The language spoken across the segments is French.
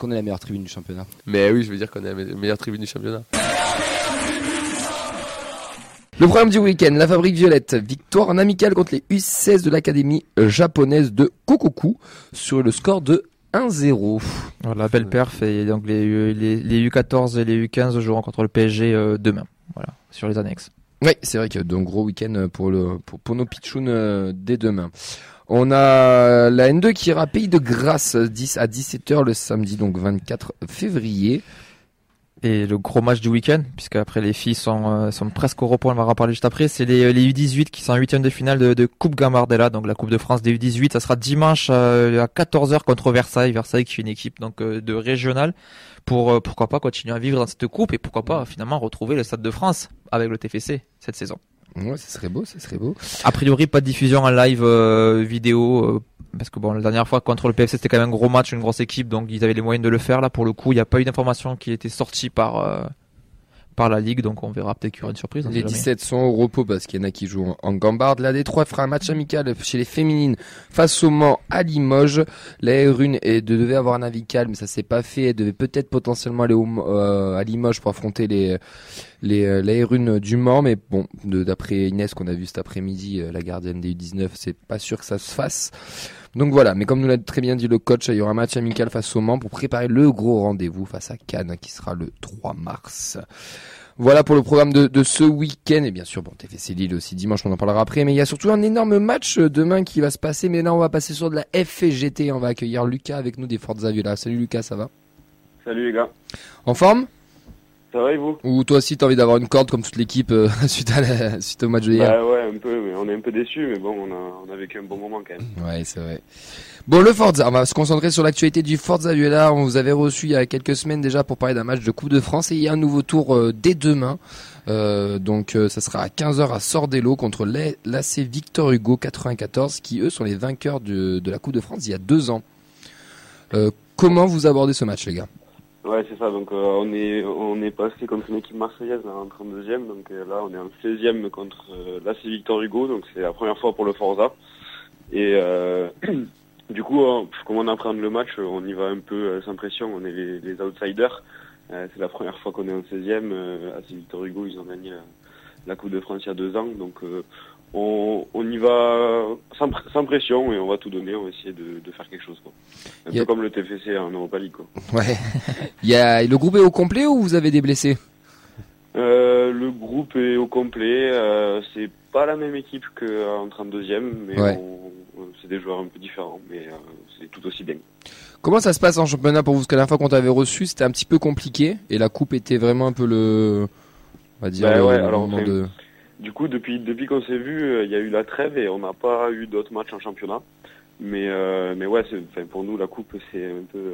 qu'on est la meilleure tribune du championnat. Mais oui, je veux dire qu'on est la meilleure tribune du championnat. Le programme du week-end, la Fabrique Violette, victoire en amical contre les U16 de l'académie japonaise de Kokoku sur le score de 1-0. Voilà, belle perf, et donc les U14 et les U15 joueront contre le PSG demain, voilà, sur les annexes. Oui, c'est vrai qu'il y a un gros week-end pour nos pitchouns dès demain. On a la N2 qui ira à Pays de Grâce 10 à 17h le samedi, donc 24 février. Et le gros match du week-end, puisque après les filles sont presque au repos, on va en parler juste après, c'est les U18 qui sont en huitième de finale de Coupe Gambardella, donc la Coupe de France des U18. Ça sera dimanche à 14h contre Versailles. Versailles qui est une équipe donc de régionale pour pourquoi pas continuer à vivre dans cette coupe et pourquoi pas finalement retrouver le Stade de France avec le TFC cette saison. Ouais, ça serait beau. A priori, pas de diffusion en live vidéo, parce que bon, la dernière fois contre le PFC, c'était quand même un gros match, une grosse équipe, donc ils avaient les moyens de le faire. Là, pour le coup, il n'y a pas eu d'information qui était sortie par la Ligue, donc on verra, peut-être qu'il y aura une surprise. Les 17 sont au repos parce qu'il y en a qui jouent en gambarde. La D3 fera un match amical chez les féminines face au Mans à Limoges. La R1 devait avoir un amical, mais ça s'est pas fait. Elle devait peut-être potentiellement aller à Limoges pour affronter la R1 du Mans, mais bon, d'après Inès qu'on a vu cet après-midi, la gardienne des U19, c'est pas sûr que ça se fasse. Donc voilà, mais comme nous l'a très bien dit le coach, il y aura un match amical face au Mans pour préparer le gros rendez-vous face à Cannes qui sera le 3 mars. Voilà pour le programme de ce week-end. Et bien sûr, bon, TFC Lille aussi dimanche, on en parlera après. Mais il y a surtout un énorme match demain qui va se passer. Mais là, on va passer sur de la FGT. On va accueillir Lucas avec nous des Forza Viola. Salut Lucas, ça va? Salut les gars. En forme? Ça va et vous? Ou toi aussi, t'as envie d'avoir une corde comme toute l'équipe suite au match de hier? Bah ouais, un peu. Mais on est un peu déçus, mais bon, on a vécu un bon moment quand même. Ouais, c'est vrai. Bon, le Forza, on va se concentrer sur l'actualité du Forza Viola. On vous avait reçu il y a quelques semaines déjà pour parler d'un match de Coupe de France et il y a un nouveau tour dès demain. Donc ça sera à 15h à Sordello contre l'AC Victor Hugo 94 qui eux sont les vainqueurs de la Coupe de France il y a 2 ans. Comment vous abordez ce match les gars? Ouais, c'est ça. Donc on est passé contre une équipe marseillaise là, en 32e. Donc là on est en 16e contre l'AC Victor Hugo. Donc c'est la première fois pour le Forza. Et du coup, comme on appréhende le match, on y va un peu sans pression. On est les outsiders. C'est la première fois qu'on est en 16e. AC Victor Hugo, ils ont gagné la Coupe de France il y a 2 ans. Donc on y va sans pression et on va tout donner. On va essayer de faire quelque chose, quoi. Un peu comme le TFC en Europa League, quoi. Ouais. Le groupe est au complet ou vous avez des blessés? Le groupe est au complet. C'est pas la même équipe qu'en 32e, mais ouais. C'est des joueurs un peu différents, mais c'est tout aussi bien. Comment ça se passe en championnat pour vous? Parce que la dernière fois qu'on t'avait reçu, c'était un petit peu compliqué et la coupe était vraiment un peu on va dire, moment de... Du coup, depuis qu'on s'est vu, il y a eu la trêve et on n'a pas eu d'autres matchs en championnat. Mais ouais, pour nous, la coupe, c'est un peu...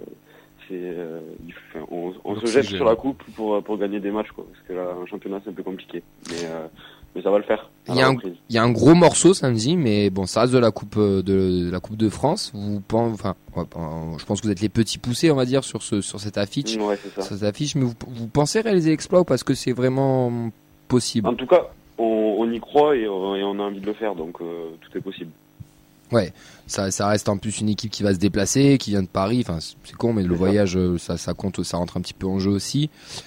on se jette sur la coupe pour gagner des matchs, quoi, parce que là, en championnat, c'est un peu compliqué. Mais ça va le faire. Il y a un gros morceau samedi, mais bon, ça reste de la coupe de France. Je pense que vous êtes les petits poussés, on va dire, sur cette affiche. Ouais, c'est ça. Sur cette affiche, mais vous pensez réaliser l'exploit ou parce que c'est vraiment possible? En tout cas, on y croit et on a envie de le faire, donc tout est possible. Ouais, ça reste en plus une équipe qui va se déplacer, qui vient de Paris. Enfin, c'est con, mais le voyage, ça compte, ça rentre un petit peu en jeu aussi.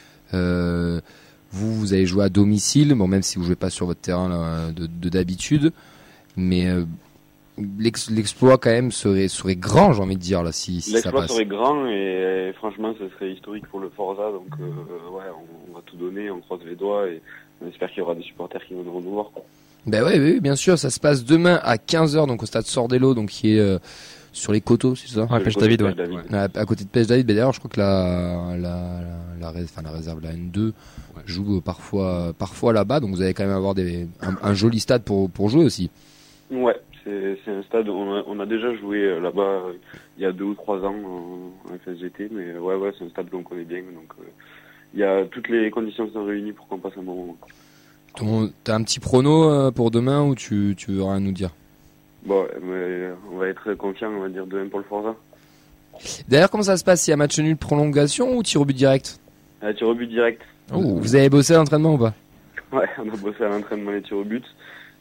Vous allez jouer à domicile, bon, même si vous jouez pas sur votre terrain là, de d'habitude, mais l'exploit quand même serait grand, j'ai envie de dire là, si ça passe. L'exploit serait grand et franchement, ce serait historique pour le Forza, donc ouais, on va tout donner, on croise les doigts et on espère qu'il y aura des supporters qui viendront nous voir, quoi. Ben oui, bien sûr, ça se passe demain à 15h donc au stade Sordello, donc qui est sur les coteaux, c'est ça? Ouais, Pêche David, ouais. À côté de Pêche David. Ben d'ailleurs, je crois que la réserve, la N2 joue parfois là-bas, donc vous allez quand même avoir un joli stade pour jouer aussi. Ouais, c'est un stade, on a déjà joué là-bas il y a 2 ou 3 ans en FSGT, mais ouais, c'est un stade qu'on connaît bien, donc il y a toutes les conditions sont réunies pour qu'on passe un bon moment. T'as un petit prono pour demain ou tu veux rien nous dire? Bon, mais on va être confiant, on va dire 2-1 pour le Forza. D'ailleurs, comment ça se passe? Il y a match nul, prolongation ou tir au but direct? Tir au but direct. Oh, vous avez bossé à l'entraînement ou pas? Ouais, on a bossé à l'entraînement les tirs au but.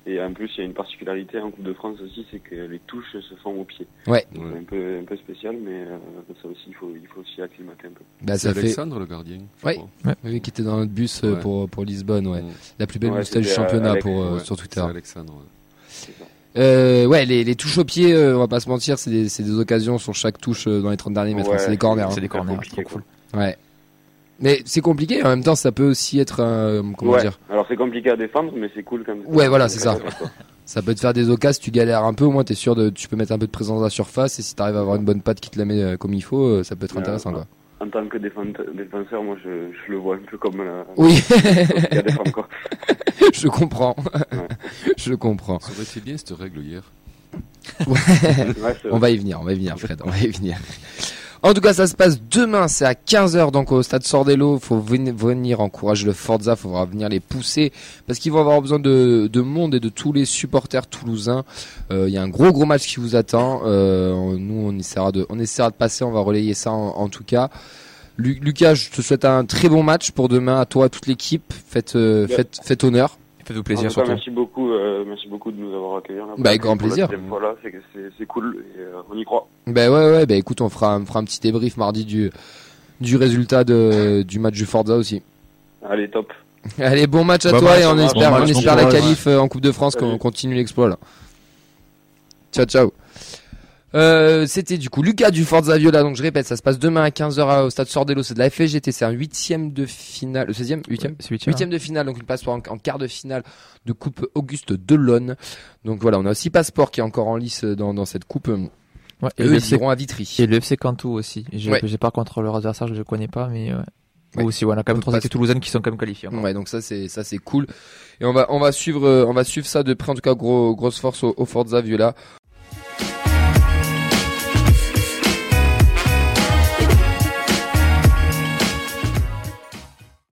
Et en plus, il y a une particularité en Coupe de France aussi, c'est que les touches se font au pied. Ouais. Donc, c'est un peu spécial, mais ça aussi, il faut s'y acclimater un peu. Bah, C'est ça fait. Alexandre le gardien. je Ouais. crois. Oui, qui était dans notre bus Ouais. pour Lisbonne, ouais. Mm. La plus belle Ouais, moustache du c'était, championnat Alex, sur Twitter. C'est Alexandre. Ouais. C'est ça. Ouais, les touches au pied, on va pas se mentir, c'est des occasions sur chaque touche dans les 30 derniers mètres. Ouais, C'est des corners. C'est Hein. des corners, compliqué, trop cool. Ouais. Mais c'est compliqué, en même temps, ça peut aussi être, comment Ouais. dire. Alors c'est compliqué à défendre, mais c'est cool quand même. Ouais, voilà, c'est ça. Quoi. Ça peut te faire des occasions, tu galères un peu, au moins t'es sûr tu peux mettre un peu de présence à la surface, et si t'arrives à avoir une bonne patte qui te la met comme il faut, ça peut être intéressant, quoi. En tant que défenseur, moi je le vois un peu comme Oui, compliqué à défendre, quoi. je comprends. Ouais. Je comprends. Ça aurait été bien cette règle hier. Ouais, c'est On va y venir, Fred, on va y venir. En tout cas, ça se passe demain, c'est à 15h, donc au stade Sordello. Faut venir encourager le Forza, faut venir les pousser, parce qu'ils vont avoir besoin de monde et de tous les supporters toulousains. Il y a un gros match qui vous attend. Nous, on essaiera de passer, on va relayer ça en tout cas. Lucas, je te souhaite un très bon match pour demain, à toi, à toute l'équipe. Faites honneur. Faites-vous En plaisir tout cas, surtout. merci beaucoup de nous avoir accueillis. Là. Bah, avec grand plaisir. Voilà, c'est cool et on y croit. Ben ouais, ben écoute, on fera un petit débrief mardi du résultat du match du Forza aussi. Allez, top. Allez, bon match à Bon toi match, et on bon espère, match, on bon espère la courage. qualif en Coupe de France, qu'on Salut. continue l'exploit là. Ciao. C'était du coup Lucas du Forza Viola, donc je répète, ça se passe demain à 15h au stade Sordello, c'est de la FGT, c'est un 8e de finale, le 16e, 8e? C'est huitième. 8e de finale, donc une passeport en quart de finale de Coupe Auguste Delaune. Donc voilà, on a aussi Passeport qui est encore en lice dans cette coupe. Ouais, Et et eux, le ils FC iront à Vitry. et le FC Cantou aussi. Ouais. J'ai pas contre leur adversaire, je le connais pas, mais Ouais. aussi, on a quand même trois Parce- équipes toulousaines qui sont quand même qualifiées. encore. Ouais, donc ça c'est cool. Et on va suivre ça de près, en tout cas grosse force au Forza Viola.